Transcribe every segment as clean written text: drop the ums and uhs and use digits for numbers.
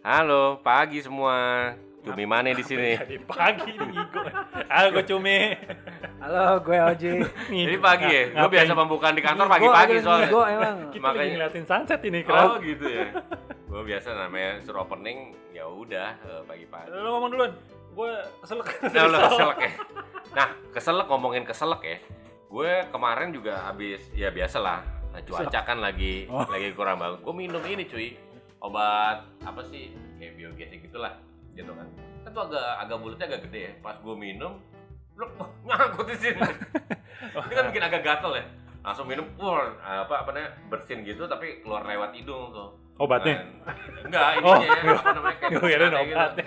Halo, pagi semua. Cumi mana di sini? Jadi pagi nih Gigo. Gue Cumi. Halo, gue Oji. Jadi pagi ya? Gue biasa pembukaan di kantor pagi-pagi soalnya. Gue emang. Kita lagi ngeliatin sunset ini Oh gitu ya. Gue biasa namanya suruh opening, ya udah pagi-pagi. Lo ngomong duluan. Gue keselak. Nah, lo keselak ya. Nah, keselak ngomongin keselak ya. Gue kemarin juga habis ya biasalah. Nah, cuaca kan lagi kurang bagus. Gue minum ini cuy. Obat apa sih? Kayak biogesik gitulah. Gitu kan. Kan tuh agak mulutnya agak gede ya. Pas gue minum, nyangkut di sini. Ini kan bikin agak gatel ya. Langsung minum, apa namanya bersin gitu tapi keluar lewat hidung tuh. Obatnya? Enggak, ininya ya, apa namanya kayak obatnya.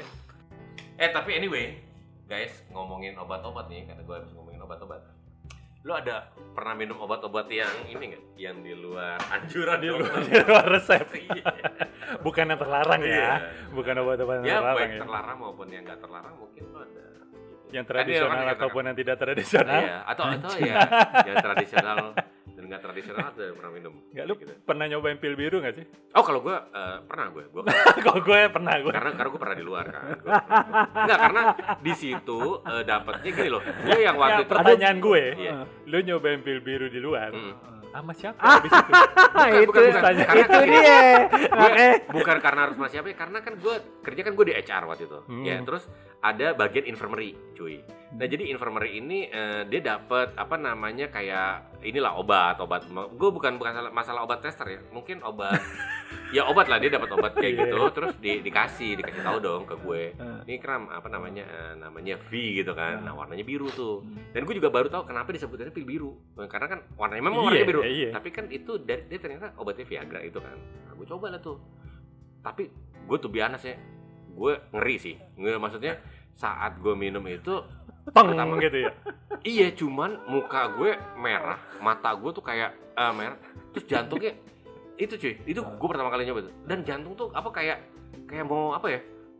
Tapi anyway, guys, ngomongin obat-obat nih, karena gue habis ngomongin obat-obat. Lu ada pernah minum obat-obat yang ini nggak? Yang di luar anjuran Di luar resep. Iya. Bukan yang terlarang ya. Iya. Bukan obat-obat yang Ya, terlarang baik ya. terlarang maupun yang nggak terlarang mungkin lu ada. Yang tradisional ataupun yang tidak tradisional. Iya, atau ya, yang tradisional dan nggak tradisional ada pernah minum. Enggak, lu gitu. pernah nyobain pil biru nggak sih? Oh, kalau gue pernah gue. Kok gue pernah gue. Karena gue pernah di luar kan. Enggak, karena di situ dapatnya gini loh. Gue yang waktu itu Pertanyaan gue, Iya. lu nyobain pil biru di luar. Sama siapa Ah. habis itu? bukan. Karena Itu dia. gue bukan karena harus sama siapa ya, karena kan gue kerja kan gue di HR waktu itu. Ya, terus ada bagian infirmary, cuy. Nah, jadi infirmary ini dia dapat apa namanya kayak inilah obat. Gue bukan masalah obat tester ya. Mungkin obat ya obat lah, dia dapat obat kayak gitu, terus dikasih tahu dong ke gue. Ini kram apa namanya V gitu kan. Nah, warnanya biru tuh. Dan gue juga baru tahu kenapa disebutannya pil biru. Karena kan warnanya memang warnanya biru. Iya. Tapi kan itu dia ternyata obatnya Viagra itu kan. Nah, gue coba lah tuh. Tapi gue tuh biasa ya, gue ngeri sih. Maksudnya saat gue minum itu Peng gitu ya. Iya, cuman muka gue merah, mata gue tuh kayak merah, terus jantungnya itu cuy, itu gue pertama kali nyoba tuh. Dan jantung tuh apa kayak mau apa ya?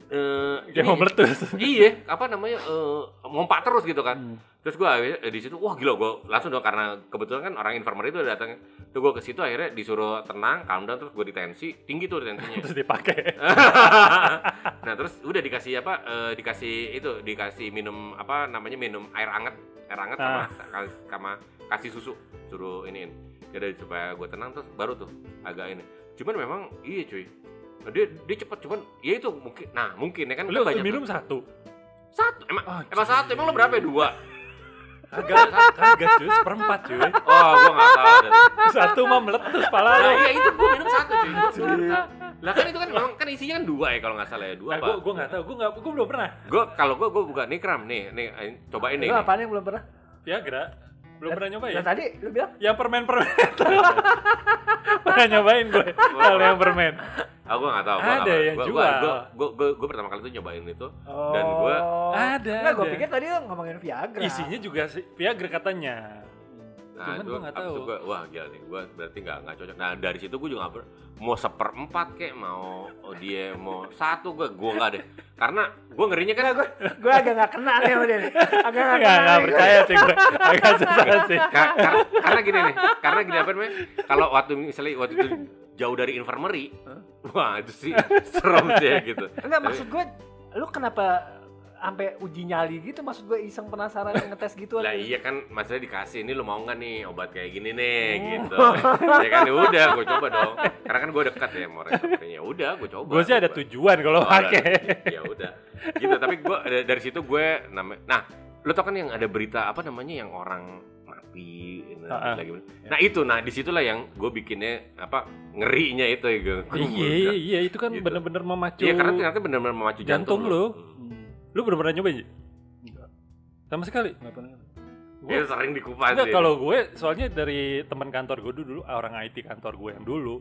Kayak mau meletus. Iya, apa namanya ngompak terus gitu kan. Terus gue di situ, wah gila, gue langsung dong, karena kebetulan kan orang infirmary itu datang. Tuh gue ke situ akhirnya disuruh tenang, calm down, terus gue ditensi, tinggi tuh tensinya. Terus dipakai. Nah, terus udah dikasih dikasih minum apa namanya, minum air hangat sama kasih susu, suruh iniin. Jadi supaya gue tenang, terus baru tuh agak ini. Cuman memang iya cuy. Dia cepet, cuman ya itu mungkin ya kan. Lu banyak minum tuh. satu. Emang satu, emang lo berapa ya? 2? Kagak cuy, seperempat cuy. Oh, gue nggak tahu. Satu mah meletus pala Nah, lu. iya itu gue minum 1 cuy. Lah kan itu kan memang kan isinya kan 2 ya kalau nggak salah ya, 2 Nah, apa? gue nggak tahu, gue belum pernah. Kalau gue buka nih kram nih cobain nih. Lu apaan yang belum pernah? Viagra, belum pernah nyobain. Nah, tadi lu bilang Yang permen. Pernah nyobain gue kalau yang permen. Aku nggak tahu. Ada yang jual. Gue pertama kali tuh nyobain itu dan gue Ada. Enggak, gue pikir tadi lu ngomongin Viagra. Isinya juga Viagra katanya. nah Cuman itu gua nggak abis tahu. itu gue wah gila nih, gue berarti nggak cocok. Nah dari situ gue juga nggak mau 1/4 kayak mau dia mau 1, gue nggak deh, karena gue ngerinya kan Gue agak gak kenal nih sama dia nih. Agak gak kenal. Nggak percaya sih gue. Agak susah sih. karena gini apa namanya, kalau waktu itu jauh dari infirmary, wah itu sih serem sih gitu. Enggak, maksud gue lu kenapa sampai uji nyali gitu? Maksud gue iseng penasaran ngetes gitu Lah aja. iya kan, maksudnya dikasih, ini lu mau nggak nih obat kayak gini nih gitu. Ya kan udah gue coba dong. Karena kan gue dekat ya sama orang, ya udah gue coba. Gue sih ada tujuan kalau pakai. Ya udah. Gitu, tapi gue dari situ gue nah, lu tau kan yang ada berita apa namanya yang orang mati lagi. Nah itu, disitulah yang gue bikinnya apa ngerinya itu ya. Iya, itu kan Gitu. benar-benar memacu. Iya, karena ternyata benar-benar memacu jantung lu. Lu benar-benar nyobain? Enggak. Sama sekali? Enggak pernah. Dia sering dikupas. Enggak, kalau gue soalnya dari teman kantor gue dulu, orang IT kantor gue yang dulu.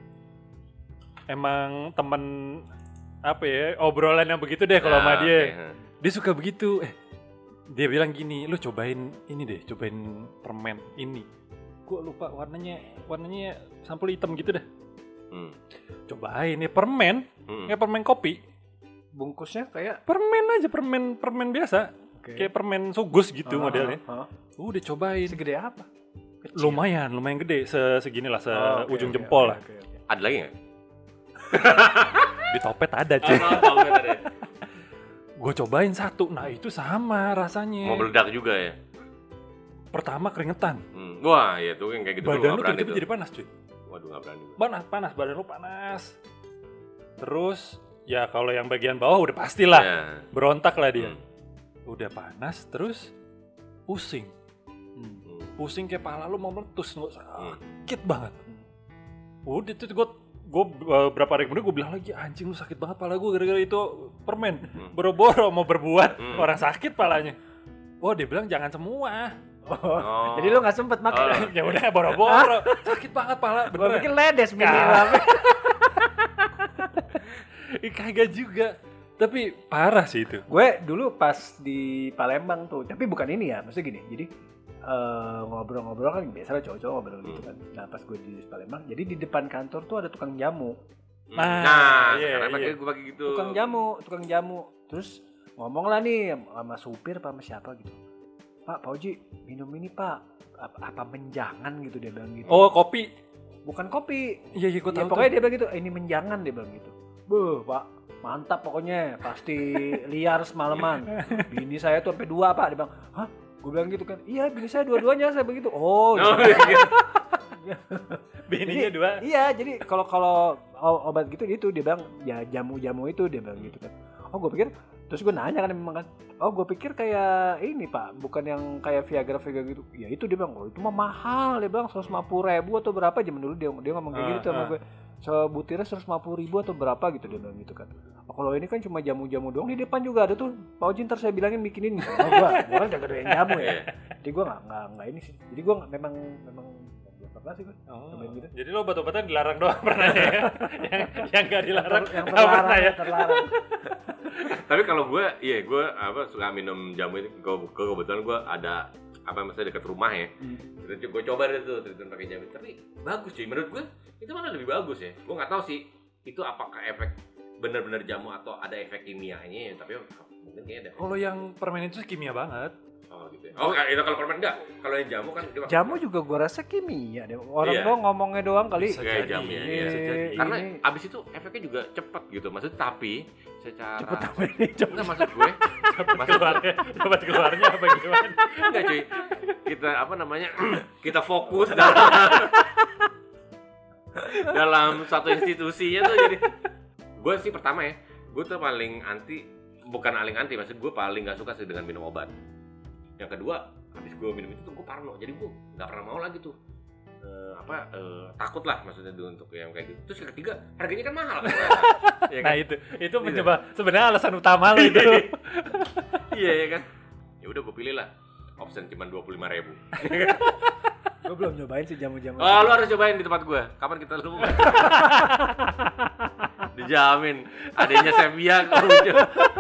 Emang temen apa ya, obrolan yang begitu deh kalau sama dia. Okay. Dia suka begitu. Dia bilang gini, lu cobain ini deh, cobain permen ini. Gue lupa warnanya sampul hitam gitu deh. Cobain nih permen, kayak permen kopi. Bungkusnya kayak Permen aja, permen biasa. Kayak permen sugus gitu modelnya. Udah cobain. segede apa? Kecil. Lumayan gede, segini lah, ujung jempol lah. Ada lagi nggak? Di Topet ada cuy. Topet ada. Gue cobain satu, nah itu sama rasanya. Mau meledak juga ya? Pertama keringetan. Wah ya tuh yang kayak gitu. Badan lu tiba-tiba jadi panas cuy. Waduh gak berani. Panas, badan lu panas. Terus ya kalau yang bagian bawah udah pastilah berontak lah dia. Udah panas, terus pusing. Pusing kayak pala lu mau meletus, sakit banget. Udah itu gue berapa hari kemudian gue bilang lagi, anjing lu sakit banget pala gue gara-gara itu permen. Boro-boro mau berbuat, orang sakit palanya. Oh dia bilang jangan semua. Jadi lu nggak sempet makan. Ya udah boro-boro, sakit banget pala. Gue pikir ledes minimal. Kagak juga. Tapi parah sih itu. Gue dulu pas di Palembang tuh, tapi bukan ini ya, maksudnya gini. Jadi ngobrol-ngobrol kan biasa lah cowok-cowok ngobrol gitu kan. Nah pas gue di Palembang, jadi di depan kantor tuh ada tukang jamu. Sekarang gue pakai gitu. Tukang jamu. Terus ngomong lah nih sama supir sama siapa gitu. Pak Oji, minum ini Pak. Apa menjangan gitu dia bilang gitu. Oh kopi. Bukan kopi. Iya gue tahu. Pokoknya dia bilang gitu, ini menjangan dia bilang gitu. Pak, mantap pokoknya. Pasti liar semalaman. Bini saya tuh sampai 2 Pak. Dia bilang, hah? Gue bilang gitu kan, iya bini saya dua-duanya saya begitu. Bininya 2. Iya, jadi kalau obat gitu dia bilang ya jamu-jamu itu dia bilang gitu kan. Oh gue pikir, terus gue nanya kan memang kan, oh gue pikir kayak ini Pak, bukan yang kayak Viagra gitu. Ya itu dia bilang, oh itu mah mahal dia bilang 150.000 atau berapa zaman dulu dia ngomong kayak gitu sama gue. Sebutirnya 150.000 atau berapa gitu dia bilang gitu kan. Oh, kalau ini kan cuma jamu-jamu doang, di depan juga ada tuh. Pak Oji ntar saya bilangin bikinin gitu. Gua kan jaga doyan jamu ya. Jadi gua enggak ini sih. Jadi gua memang belum pernah sih gua. Gitu. Jadi lo obat-obatan dilarang doang pernah ya. yang enggak dilarang yang terlarang ya. Terlarang. Tapi kalau gue suka minum jamu itu. Gue kebetulan gue ada maksudnya dekat rumah ya. Gue coba deh tuh treatment pakai jamu. Tapi bagus cuy, menurut gue itu malah lebih bagus ya. Gue nggak tahu sih itu apakah efek benar-benar jamu atau ada efek kimianya ya. Tapi mungkin kayaknya ada. Kalau yang permen itu kimia banget. Oh gitu ya. Oh itu kalau permen enggak. Kalau yang jamu kan jamu juga gue rasa kimia deh. Orang doang ngomongnya doang kali. Kayak jamu ya. Karena abis itu efeknya juga cepat gitu. Maksudnya tapi secara cepet apa ini? Enggak maksud gue. Dapat keluarnya apa gimana? Enggak cuy. Kita fokus dalam satu institusinya tuh jadi. Gue sih pertama ya. Gue tuh paling anti, maksud gue paling gak suka sih dengan minum obat. Yang kedua, habis gue minum itu tuh gue parno, jadi gue nggak pernah mau lagi tuh takut lah maksudnya untuk yang kayak gitu. Terus yang ketiga, harganya kan mahal kan? Ya kan? Nah itu mencoba sebenarnya alasan utama lo itu. Iya ya kan. Ya udah gue pilih lah option cuma 25.000. Gue belum nyobain sih jamu-jamu. Oh, lu harus cobain di tempat gue. Kapan kita lu? Dijamin adanya Sevilla kalau.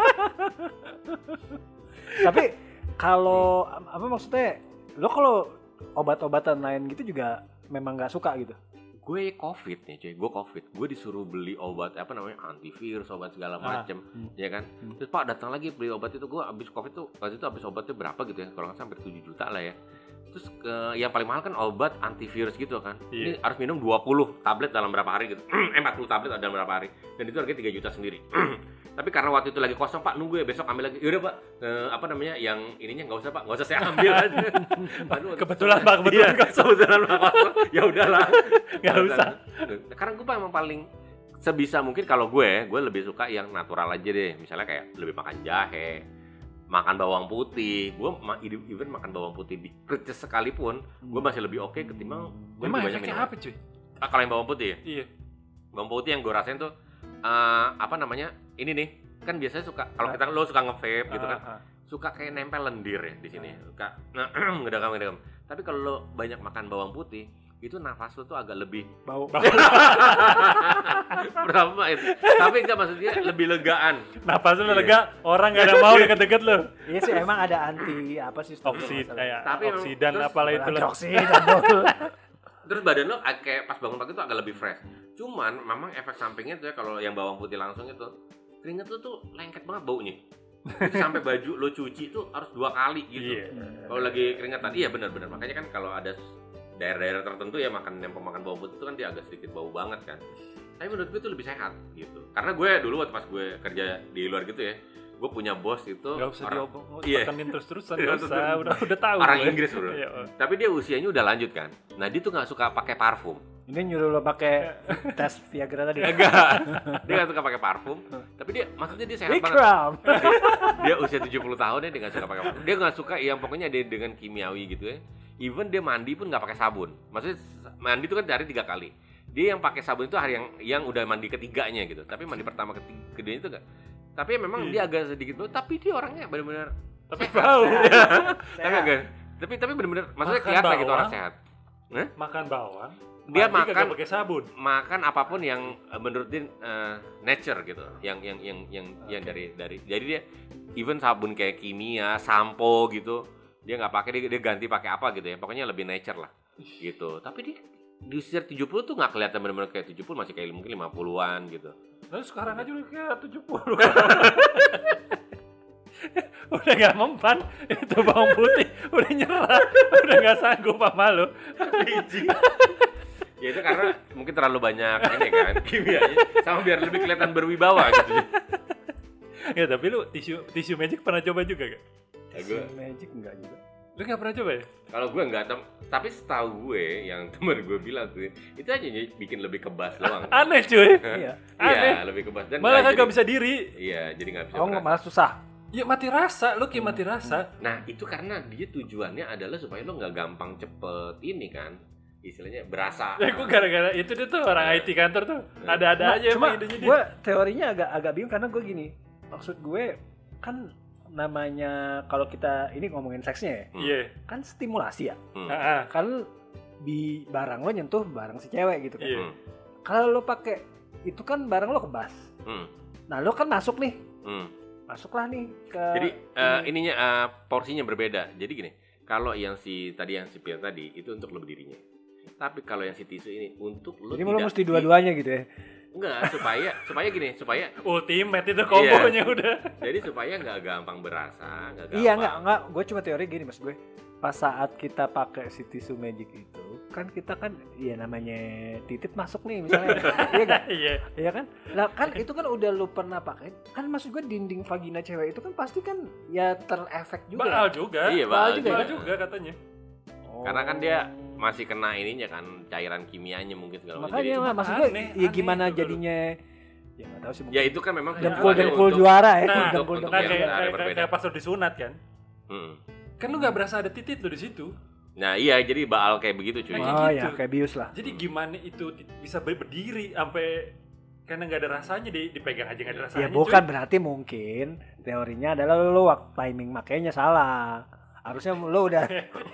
Tapi kalau maksudnya lo kalau obat-obatan lain gitu juga memang nggak suka gitu? Gue COVID nih cuy, gue disuruh beli obat antivirus, obat segala macem, ya kan. Terus Pak datang lagi beli obat itu, gue abis COVID tuh waktu itu abis obatnya berapa gitu ya, kalau nggak sampai 7 juta lah ya. Terus yang paling mahal kan obat antivirus gitu kan. Ini harus minum 20 tablet dalam berapa hari gitu. 40 tablet dalam berapa hari. Dan itu harganya 3 juta sendiri. Tapi karena waktu itu lagi kosong Pak, nunggu ya besok ambil lagi. Yaudah Pak, yang ininya nggak usah Pak, nggak usah saya ambil aja. Kebetulan Pak, kebetulan Pak kosong. Ya udahlah, nggak usah. Karena gue emang paling sebisa mungkin kalau gue lebih suka yang natural aja deh. Misalnya kayak lebih makan jahe, makan bawang putih. Gue even makan bawang putih di kertas sekalipun, gue masih lebih oke ketimbang gue lebih banyak minum. Apa cuy? Kalau yang bawang putih ya? Iya. Bawang putih yang gue rasain tuh ini nih, kan biasanya suka kalau lo suka nge-vape gitu kan, suka kayak nempel lendir ya di sini, suka ngedagam. Tapi kalau lo banyak makan bawang putih, itu nafas lo tuh agak lebih bau. Berapa itu? Tapi enggak, maksudnya lebih legaan. Nafas lo lega, orang nggak ada mau deket-deket lo. Iya sih, emang ada anti oksidan apalah itu lah. Terus badan lo kayak pas bangun pagi tuh agak lebih fresh. Cuman memang efek sampingnya tuh ya kalau yang bawang putih langsung itu, keringet lo tuh lengket banget baunya. Itu sampai baju lo cuci tuh harus 2 kali gitu. Kalau lagi keringetan, iya benar-benar. Makanya kan kalau ada daerah-daerah tertentu ya yang pemakan bawang putih itu kan dia agak sedikit bau banget kan. Tapi menurut gue itu lebih sehat gitu. Karena gue dulu waktu pas gue kerja di luar gitu ya, gue punya bos itu Gak usah orang, tekenin terus-terusan, gak usah, udah tahu. orang gue. Inggris bro. Tapi dia usianya udah lanjut kan. Nah dia tuh nggak suka pakai parfum. Ini nyuruh lo pakai tes Viagra tadi. Enggak. Dia nggak suka pakai parfum. Tapi dia maksudnya dia sehat banget. Ikram. Dia usia 70 tahun ya, dia nggak suka pakai parfum. Dia nggak suka yang pokoknya dia dengan kimiawi gitu ya. Even dia mandi pun nggak pakai sabun. Maksudnya mandi itu kan sehari 3 kali. Dia yang pakai sabun itu hari yang udah mandi ketiganya gitu. Tapi mandi pertama keduanya itu enggak. Tapi memang dia agak sedikit bau, tapi dia orangnya benar-benar tapi bau. tapi benar-benar maksudnya kelihatan gitu orang sehat. Makan bawang. Dia makan pakai sabun. Makan apapun yang menurut dia nature gitu. Yang dari jadi dia even sabun kayak kimia, sampo gitu, dia nggak pakai, dia ganti pakai apa gitu ya. Pokoknya lebih nature lah. Gitu. Tapi dia di usia 70 tuh nggak kelihatan benar-benar kayak 70, masih kayak mungkin 50-an gitu. Nah, sekarang aja udah kayak 70. Udah gak mempan itu bawang putih, udah nyerah, udah gak sanggup sama lu. Ya itu karena mungkin terlalu banyak ini kan kimianya, sama biar lebih kelihatan berwibawa gitu. Ya tapi lu tisu magic pernah coba juga gak? Tisu magic enggak juga. Lu gak pernah coba ya? Kalau gue enggak, tapi setahu gue yang teman gue bilang tuh itu aja bikin lebih kebas doang. Aneh cuy. Iya. Iya, lebih kebas dan malah kagak bisa diri. Iya, jadi nggak bisa. Oh, malah susah. Ya mati rasa, lu kayak mati rasa. Nah itu karena dia tujuannya adalah supaya lo nggak gampang cepet ini kan, istilahnya berasa. Ya gue gara-gara itu dia tuh orang IT kantor tuh ada-ada aja cuma idenya dia. Gue teorinya agak bingung karena gue gini, maksud gue kan namanya kalau kita ini ngomongin seksnya ya, Iya. kan stimulasi ya. Kan Di barang lo nyentuh barang si cewek gitu kan. iya. Kalau lo pakai itu kan barang lo kebas. Nah lo kan masuk nih. Masuklah nih ke. Jadi porsinya berbeda. Jadi gini, kalau yang si Pierre tadi itu untuk lo berdirinya. Tapi kalau yang si tisu ini untuk lo. Jadi lo mesti dua-duanya gitu ya. Enggak, supaya gini, supaya ultimate itu kombonya udah. Jadi supaya nggak gampang berasa, nggak gampang. Iya enggak. Gue cuma teori gini mas gue. Pas saat kita pakai si tisu magic itu, kan kita kan, ya namanya titit masuk nih misalnya, iya gak? Iya kan? Nah kan itu kan udah lu pernah pakai, kan maksud gue dinding vagina cewek itu kan pasti kan ya terefek juga. Baal juga. Iya, baal juga katanya. Karena kan dia masih kena ininya kan, cairan kimianya mungkin segala macam. Makanya maksud gue, ya gimana jadinya? Ya nggak tahu sih. Ya itu kan memang dengkul juara ya. Kayak pas lu disunat kan. Kan lu nggak berasa ada titit lu di situ. Nah iya, jadi baal kayak begitu cuy. Oh ya, kayak bius lah. Jadi gimana itu bisa berdiri sampai karena nggak ada rasanya, dipegang aja nggak ada rasanya. Ya bukan, berarti mungkin teorinya adalah lu timing makainya salah. Harusnya lo udah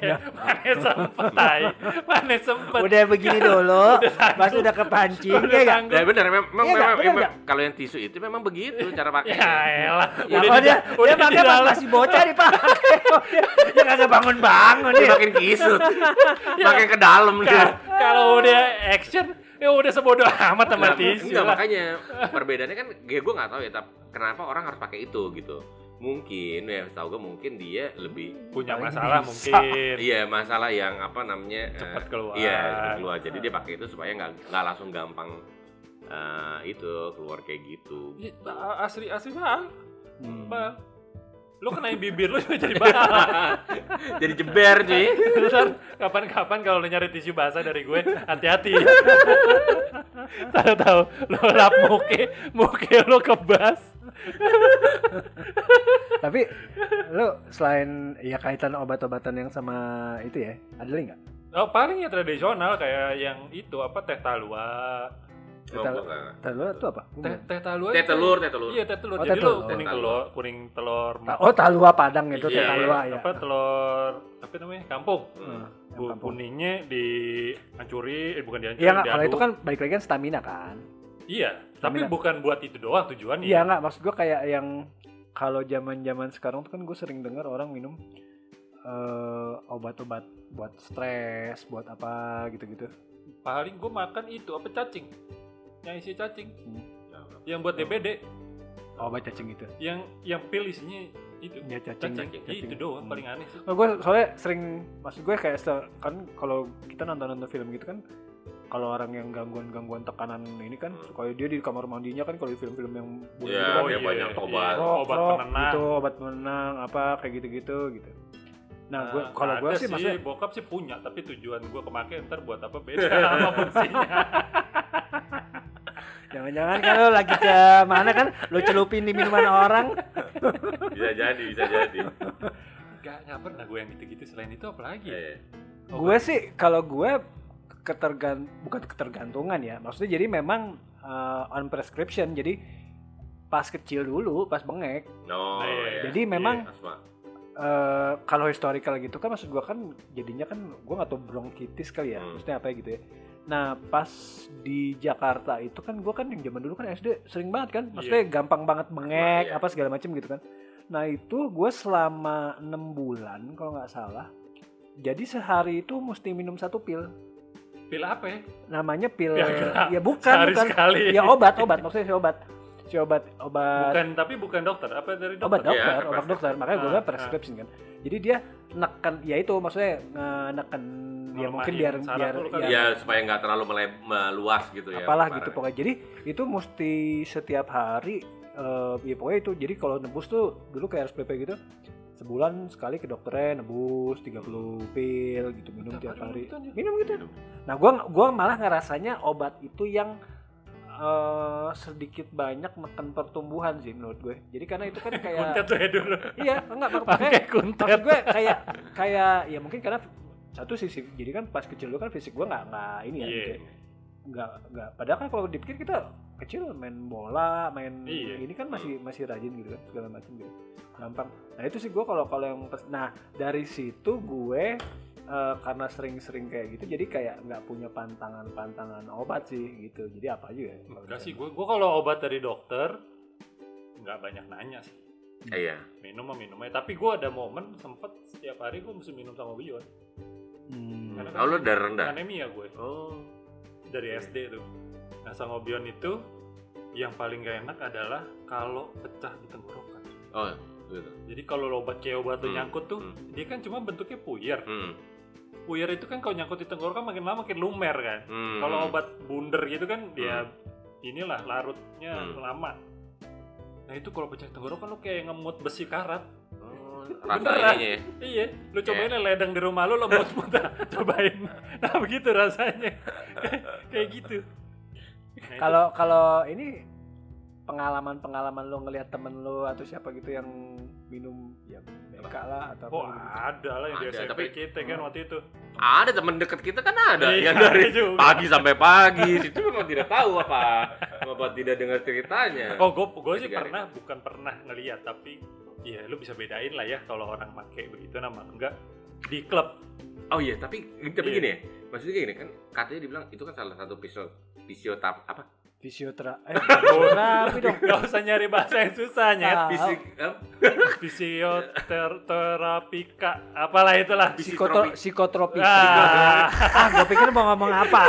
mana sempet udah begini dulu pas udah kepancing ya enggak? Ya benar memang kalau yang tisu itu memang begitu cara pakai. Ya elah. Dia pakai pas masih bocah dipakai. Dia kagak bangun-bangun dia. Makin kisut. Makin ke dalam dia. Kalau udah action ya udah sebodoh amat sama tisu. Enggak, makanya perbedaannya kan gue nggak tahu ya, tapi kenapa orang harus pakai itu gitu. Mungkin ya setahu gue mungkin dia lebih punya masalah mungkin. Iya, masalah yang apa namanya cepat keluar. Iya, cepat keluar. Jadi dia pakai itu supaya nggak langsung gampang itu keluar kayak gitu. Asli bang. Bang. Lu kenain bibir lu juga jadi bang. Jadi jeber cuy. Kapan-kapan kalau lu nyari tisu basah dari gue, hati-hati. Tahu lu lap muke lu kebas. Tapi lu selain ya kaitan obat-obatan yang sama itu ya, ada lagi nggak? Oh paling ya tradisional kayak yang itu apa, teh talua. Teh talua itu apa? Teh talua. Teh telur. Iya, teh telur. Jadi lu kuning telur. Oh, talua Padang itu teh talua ya. Apa telur apa namanya? Kampung. Kuningnya dihancuri, bukan dihancurin. Iya enggak, kalau itu kan balik lagi kan stamina kan. Iya, tapi bukan buat itu doang tujuannya. Iya enggak, maksud gue kayak yang kalau zaman-zaman sekarang tuh kan gue sering dengar orang minum obat-obat buat stres, buat apa gitu-gitu. Paling gue makan itu apa, cacing. Yang isi cacing. Yang buat DBD. Obat cacing itu. Yang pil isinya itu. Ya cacing. Itu doang paling aneh sih. Gue soalnya sering, maksud gue kayak kan kalau kita nonton film gitu kan, kalau orang yang gangguan tekanan ini kan, kayak dia di kamar mandinya kan, kalau di film-film yang gitu kan, banyak obat penenang, gitu, obat penenang apa kayak gitu. Nah, kalau gue sih maksudnya bokap sih punya, tapi tujuan gue kemakai ntar buat apa beda sama fungsinya. Jangan-jangan kan lo lagi ke mana kan, lo celupin di minuman orang. Bisa jadi. Gak pernah gue yang gitu-gitu. Selain itu apa lagi? Gue sih, kalau gue bukan ketergantungan ya, maksudnya jadi memang on prescription, jadi pas kecil dulu, pas bengek. Jadi memang kalau historical gitu kan, maksud gue kan jadinya kan gue nggak tahu bronkitis kali ya, maksudnya apa gitu ya. Nah pas di Jakarta itu kan gue kan yang zaman dulu kan SD sering banget kan, maksudnya gampang banget bengek apa segala macam gitu kan. Nah itu gue selama 6 bulan kalau nggak salah, jadi sehari itu mesti minum 1 pil. Pil apa ya? Namanya pil ya bukan sekali. Ya obat maksudnya si obat bukan dokter, apa dari dokter? Obat dokter, makanya gue prescription kan. Jadi dia neken, ya itu maksudnya neken ya mungkin biar supaya nggak terlalu meluas gitu ya. Apalah gitu pokoknya. Jadi itu mesti setiap hari ya pokoknya itu. Jadi kalau nebus tuh dulu kayak RSPP gitu, sebulan sekali ke dokternya nebus 30 pil gitu, minum tiap hari. Minum gitu. Nah, gua malah ngerasanya obat itu yang sedikit banyak neken pertumbuhan sih menurut gue. Jadi karena itu kan kayak kuntet tuh ya dulu. Iya, enggak pakai kuntet. Maksud gue kayak ya mungkin karena satu sisi, jadi kan pas kecil dulu kan fisik gue nggak ini ya. Nggak. Padahal kan kalau dipikir kita kecil main bola, ini kan masih rajin gitu kan, segala macam gitu. Gampang. Nah, itu sih gue kalau yang nah, dari situ gue karena sering-sering kayak gitu, jadi kayak nggak punya pantangan obat sih gitu. Jadi apa aja ya? Enggak sih, gue kalau obat dari dokter nggak banyak nanya sih. Iya. Minum aja. Tapi gue ada momen sempet setiap hari gue mesti minum sangobion. Karena lo darah rendah. Anemia gue. Dari SD tuh. Nah, sangobion itu yang paling gak enak adalah kalau pecah di tenggorokan. Gitu. Jadi kalau obat lo nyangkut tuh, dia kan cuma bentuknya puyer. Puyer itu kan kalau nyangkut di tenggorokan makin lama makin lumer kan. Kalau obat bunder gitu kan dia inilah larutnya lama. Nah itu kalau pecah tenggorokan lo kayak ngemut besi karat. Rasanya ya. Iya, lo cobain ledeng di rumah lo mut-mut cobain. Nah begitu rasanya. Kayak gitu. Kalau ini pengalaman lo ngelihat temen lo atau siapa gitu yang minum ya BK lah atau apa gitu. Ada lah yang di SMP kita kan waktu itu. Ada temen deket kita kan ada yang dari pagi sampai pagi. Situ memang tidak tahu apa tidak dengar ceritanya. Gue sih bukan pernah ngelihat, tapi iya lu bisa bedain lah ya kalau orang pakai begitu nama enggak di klub. Oh iya, tapi gini ya. Maksudnya gini kan katanya dibilang itu kan salah satu fisioterapi dong. Gak usah nyari bahasa yang susah nyet. Fisioterapika apalah itulah. Psikotropika. Gue pikir mau ngomong apa?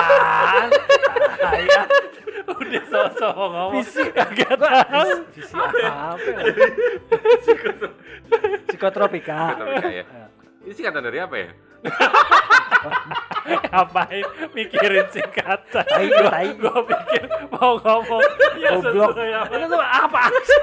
Udah sosok ngomong. Visi apa? Psikotropika ya. Ini singkatan dari apa ya? Ngapain mikirin singkatan? Gue pikir mau ngomong ya goblok. Itu tuh apa sih?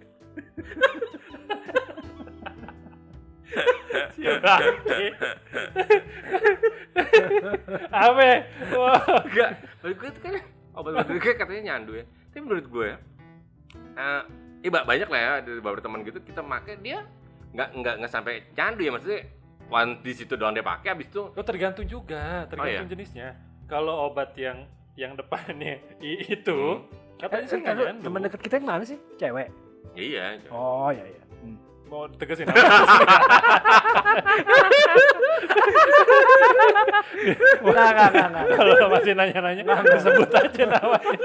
Apa? Enggak. Menurut gue itu kan obat-obat gue katanya nyandu ya. Tapi menurut gue banyak lah ya, ada beberapa teman gitu kita pakai dia nggak sampai candu ya, maksudnya di situ doang dia pakai, habis itu tergantung jenisnya. Kalau obat yang depannya itu katanya sih nggak candu. Teman dekat kita yang mana sih? Cewek? Iya. Oh iya. Mau tegasin apa? Enggak. Kalau masih nanya-nanya, disebut aja namanya.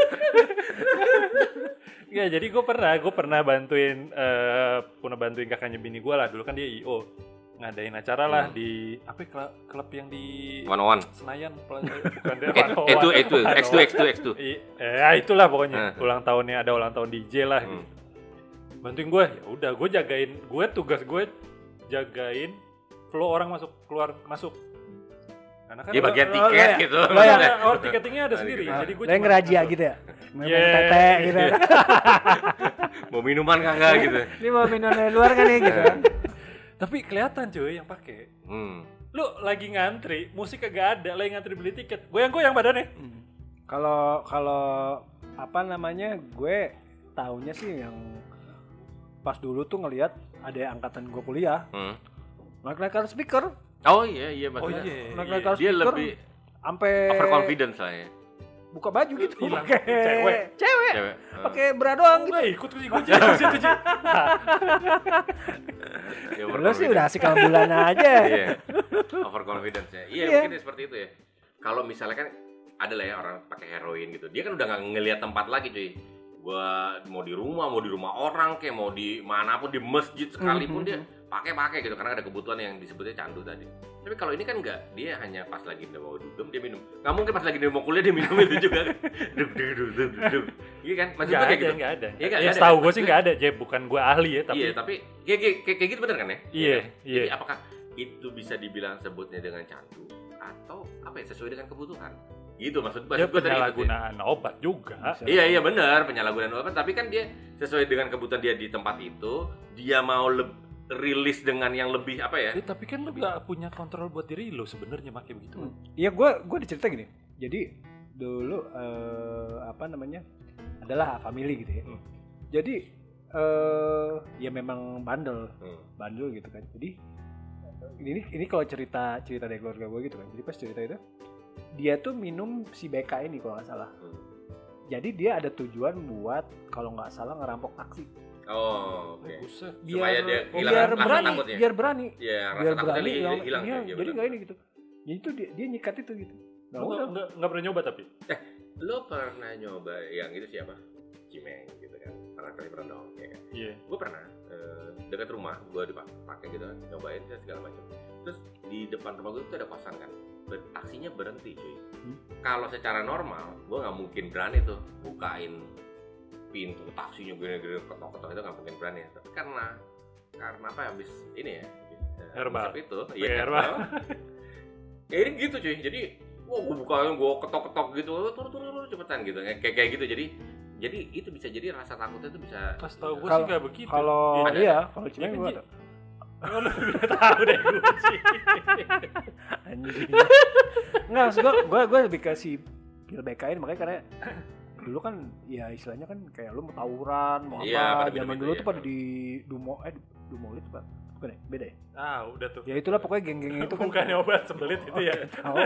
Ya, jadi gue pernah bantuin kakaknya bini gue lah. Dulu kan dia IO, ngadain acara lah di klub yang di 101 Senayan, bukan dia X2. Itulah pokoknya. Ulang tahun DJ lah. bantuin gue. Ya udah, gue jagain. Tugas gue jagain flow orang masuk keluar masuk. Karena kan bagian tiket gitu. Tiketingnya ada sendiri. Jadi gue cuma ngerajia gitu ya. Tete gitu. Mau minuman kagak gitu. Ini mau minuman dari luar kan ya gitu. Tapi kelihatan cuy yang pakai. Lu lagi ngantri, musik kagak ada, lagi ngantri beli tiket. Goyang-goyang badannya. Kalau apa namanya? Gue taunya sih yang pas dulu tuh ngelihat ada angkatan gue kuliah. Naik-naik speaker. Oh iya maksudnya. Naik-naik dia speaker. lebih sampai overconfidence lah ya. Buka baju gitu. Cewek. Pakai bra doang gitu. Ikut gue situ. Lu sih udah asik kalau bulan aja. Iya. Overconfidence ya. Iya, mungkin seperti itu ya. Kalau misalnya kan ada lah ya orang pakai heroin gitu. Dia kan udah enggak ngelihat tempat lagi, cuy. Gua mau di rumah orang kayak mau di manapun, di masjid sekalipun dia pakai gitu karena ada kebutuhan yang disebutnya candu tadi. Tapi kalau ini kan enggak, dia hanya pas lagi mau dugem dia minum. Enggak mungkin pas lagi mau kuliah dia minum itu juga kan. Dug. Iya kan? Maksudnya kayak gitu. Enggak ada. Iya, ya setahu gue sih enggak ada, Jeb, bukan gue ahli ya, tapi iya, tapi kayak gitu bener kan ya? Iya. Jadi apakah itu bisa dibilang sebutnya dengan candu atau apa ya sesuai dengan kebutuhan? Gitu maksud gue penyalahgunaan obat juga. Iya benar, penyalahgunaan obat, tapi kan dia sesuai dengan kebutuhan dia di tempat itu, dia mau rilis dengan yang lebih apa ya? Tapi kan lu gak punya kontrol buat diri lu sebenarnya pakai begitu. Iya, gue dicerita gini. Jadi dulu adalah family gitu ya. Jadi ya memang bandel gitu kan. Jadi ini kalau cerita dari keluarga gue gitu kan. Jadi pas cerita itu dia tuh minum si BK ini kalau nggak salah. Jadi dia ada tujuan buat kalau nggak salah ngerampok taksi. Oh, oke. Biar berani. Iya, biar rasa berani hilang. Jadi nggak ini gitu. Jadi itu dia nyikat itu gitu. Nggak pernah nyoba tapi. Lo pernah nyoba yang itu siapa? Cimeng gitu kan. Pernah dong, ya kan? Iya. Gue pernah dekat rumah gue dipakai gitu kan, nyobain segala macam. Terus di depan rumah gue tuh ada kosan kan. Taksinya berhenti cuy. Kalau secara normal gue nggak mungkin berani tuh bukain pintu taksinya gini-gini ketok-ketok itu nggak mungkin berani ya. Tapi karena apa habis ini ya herbal itu iya herbal ya ini gitu cuy. Jadi gue bukain gue ketok-ketok gitu turun cepetan gitu kayak gitu. Jadi itu bisa jadi rasa takutnya itu bisa. Pas tau gue sih nggak begitu. Kalau kalau cuma gue ada. Oh, lu udah tahu deh gue sih. Anjing. Enggak, gue lebih kasih pil BK-in makanya karena dulu kan ya istilahnya kan kayak lu mau tawuran, mau apa. Zaman dulu tuh pada di Dumolit Pak. Bukan ya? Beda ya? Udah tuh. Ya itulah pokoknya geng-geng itu kan. Bukannya obat sembelit itu ya.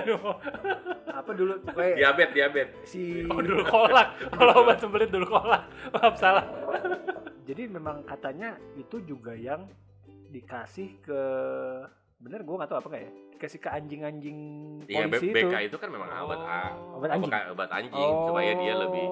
Apa dulu pokoknya diabetes. Dulu kolak. Kalau obat sembelit dulu kolak. Maaf salah. Jadi memang katanya itu juga yang dikasih ke bener gue nggak tahu apa nggak ya dikasih ke anjing-anjing polisi itu. BK itu kan memang obat anjing supaya dia lebih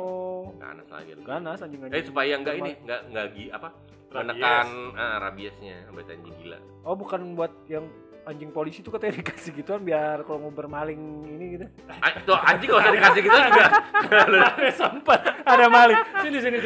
ganas anjing-anjing. Supaya nggak menekan rabiesnya obat anjing gila. Oh bukan buat yang anjing polisi itu katanya dikasih gituan biar kalau mau bermaling ini gitu. Tuh anjing nggak usah dikasih gitu juga. Mana sempat ada maling. Sini.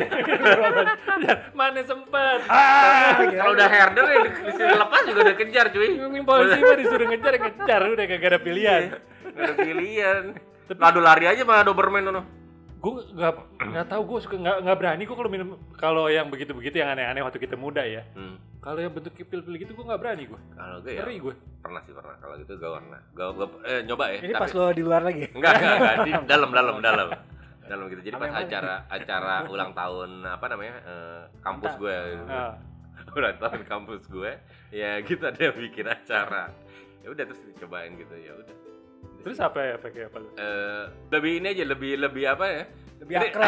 Mana sempat. Kalau udah herder ya disuruh lepas juga udah kejar cuy. Ngomongin polisi mah disuruh ngejar udah kagak ada pilihan. Nggak ada pilihan. Ladu lari aja sama Doberman tuh. Gue nggak tahu, gue suka nggak berani gue kalau minum kalau yang begitu yang aneh-aneh waktu kita muda ya. Kalau yang bentuk pil-pil gitu gue nggak berani gue. Kalau gue ya gue pernah kalau gitu gue pernah. Gue nyoba ya. Ini tapi pas lo di luar lagi? Enggak di dalam gitu. Jadi pas acara ulang tahun apa namanya kampus gue. Ulang tahun kampus gue ya gitu ada yang bikin acara. Ya udah terus cobain gitu ya udah. Terus apa ya pakai apa? Lebih ini aja lebih apa ya? Lebih akrab.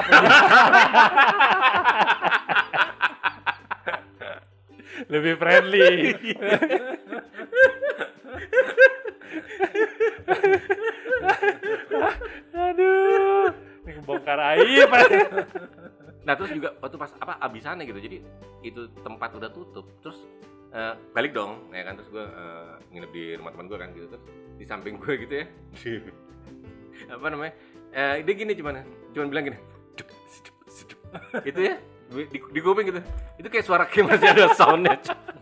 Lebih friendly. Aduh, ini bongkar aib. Nah terus juga waktu pas abisannya gitu, jadi itu tempat udah tutup, terus balik dong, ya kan, terus gue nginep di rumah teman gue kan gitu, terus di samping gue gitu ya, apa namanya, dia gini cuman bilang gini, sedup, gitu ya, di kuping gitu. Itu kayak suara kayak masih ada soundnya.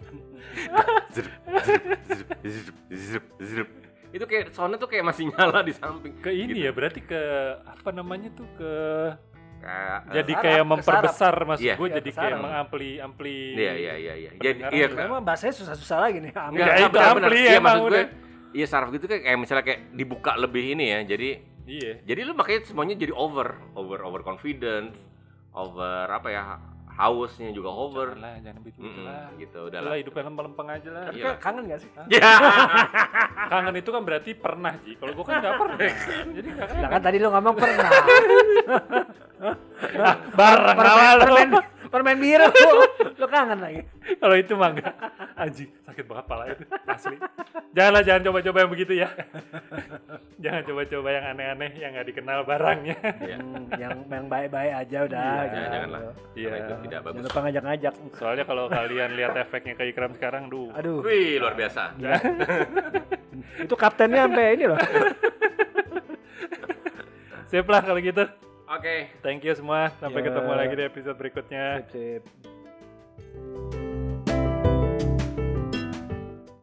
Itu kayak soundnya tuh kayak masih nyala di samping. Ke ini gitu. ya berarti ke apa namanya tuh ke jadi saraf, kayak memperbesar maksud Iya. gue Iya, jadi ke kayak saraf. mengampli Iya. Jadi Pendengaran Memang bahasanya susah-susah lagi nih. Enggak, Enggak, itu benar, ampli benar. Iya, emang maksud gue. udah. Iya, saraf gitu kayak misalnya kayak dibuka lebih ini ya. Jadi lu makanya semuanya jadi over confidence, over apa ya? Hausnya juga over. Jangan begitu lah. Gitu Udah udahlah. hidup yang lempeng-lempeng aja lah. Tapi Iya. kangen gak sih? Ya. Kangen itu kan berarti pernah Ji. Kalau gue kan nggak pernah. Jadi nggak Lah kan tadi lu ngomong pernah. bareng Permen biru. Lu kangen lagi. Kalau itu mah enggak. Anjing, sakit banget pala itu. Asli. Jangan coba-coba yang begitu ya. Jangan coba-coba yang aneh-aneh yang nggak dikenal barangnya. Iya. Yang baik-baik aja udah. Iya, gitu. Janganlah. Iya. Karena itu tidak bagus. Jangan lupa ngajak-ngajak. Soalnya kalau kalian lihat efeknya ke Ikram sekarang, Aduh. Wih, luar biasa. Itu kaptennya sampai ini loh. Sip lah kalau gitu. Oke. Thank you semua. Sampai Ya. ketemu lagi di episode berikutnya. Sip.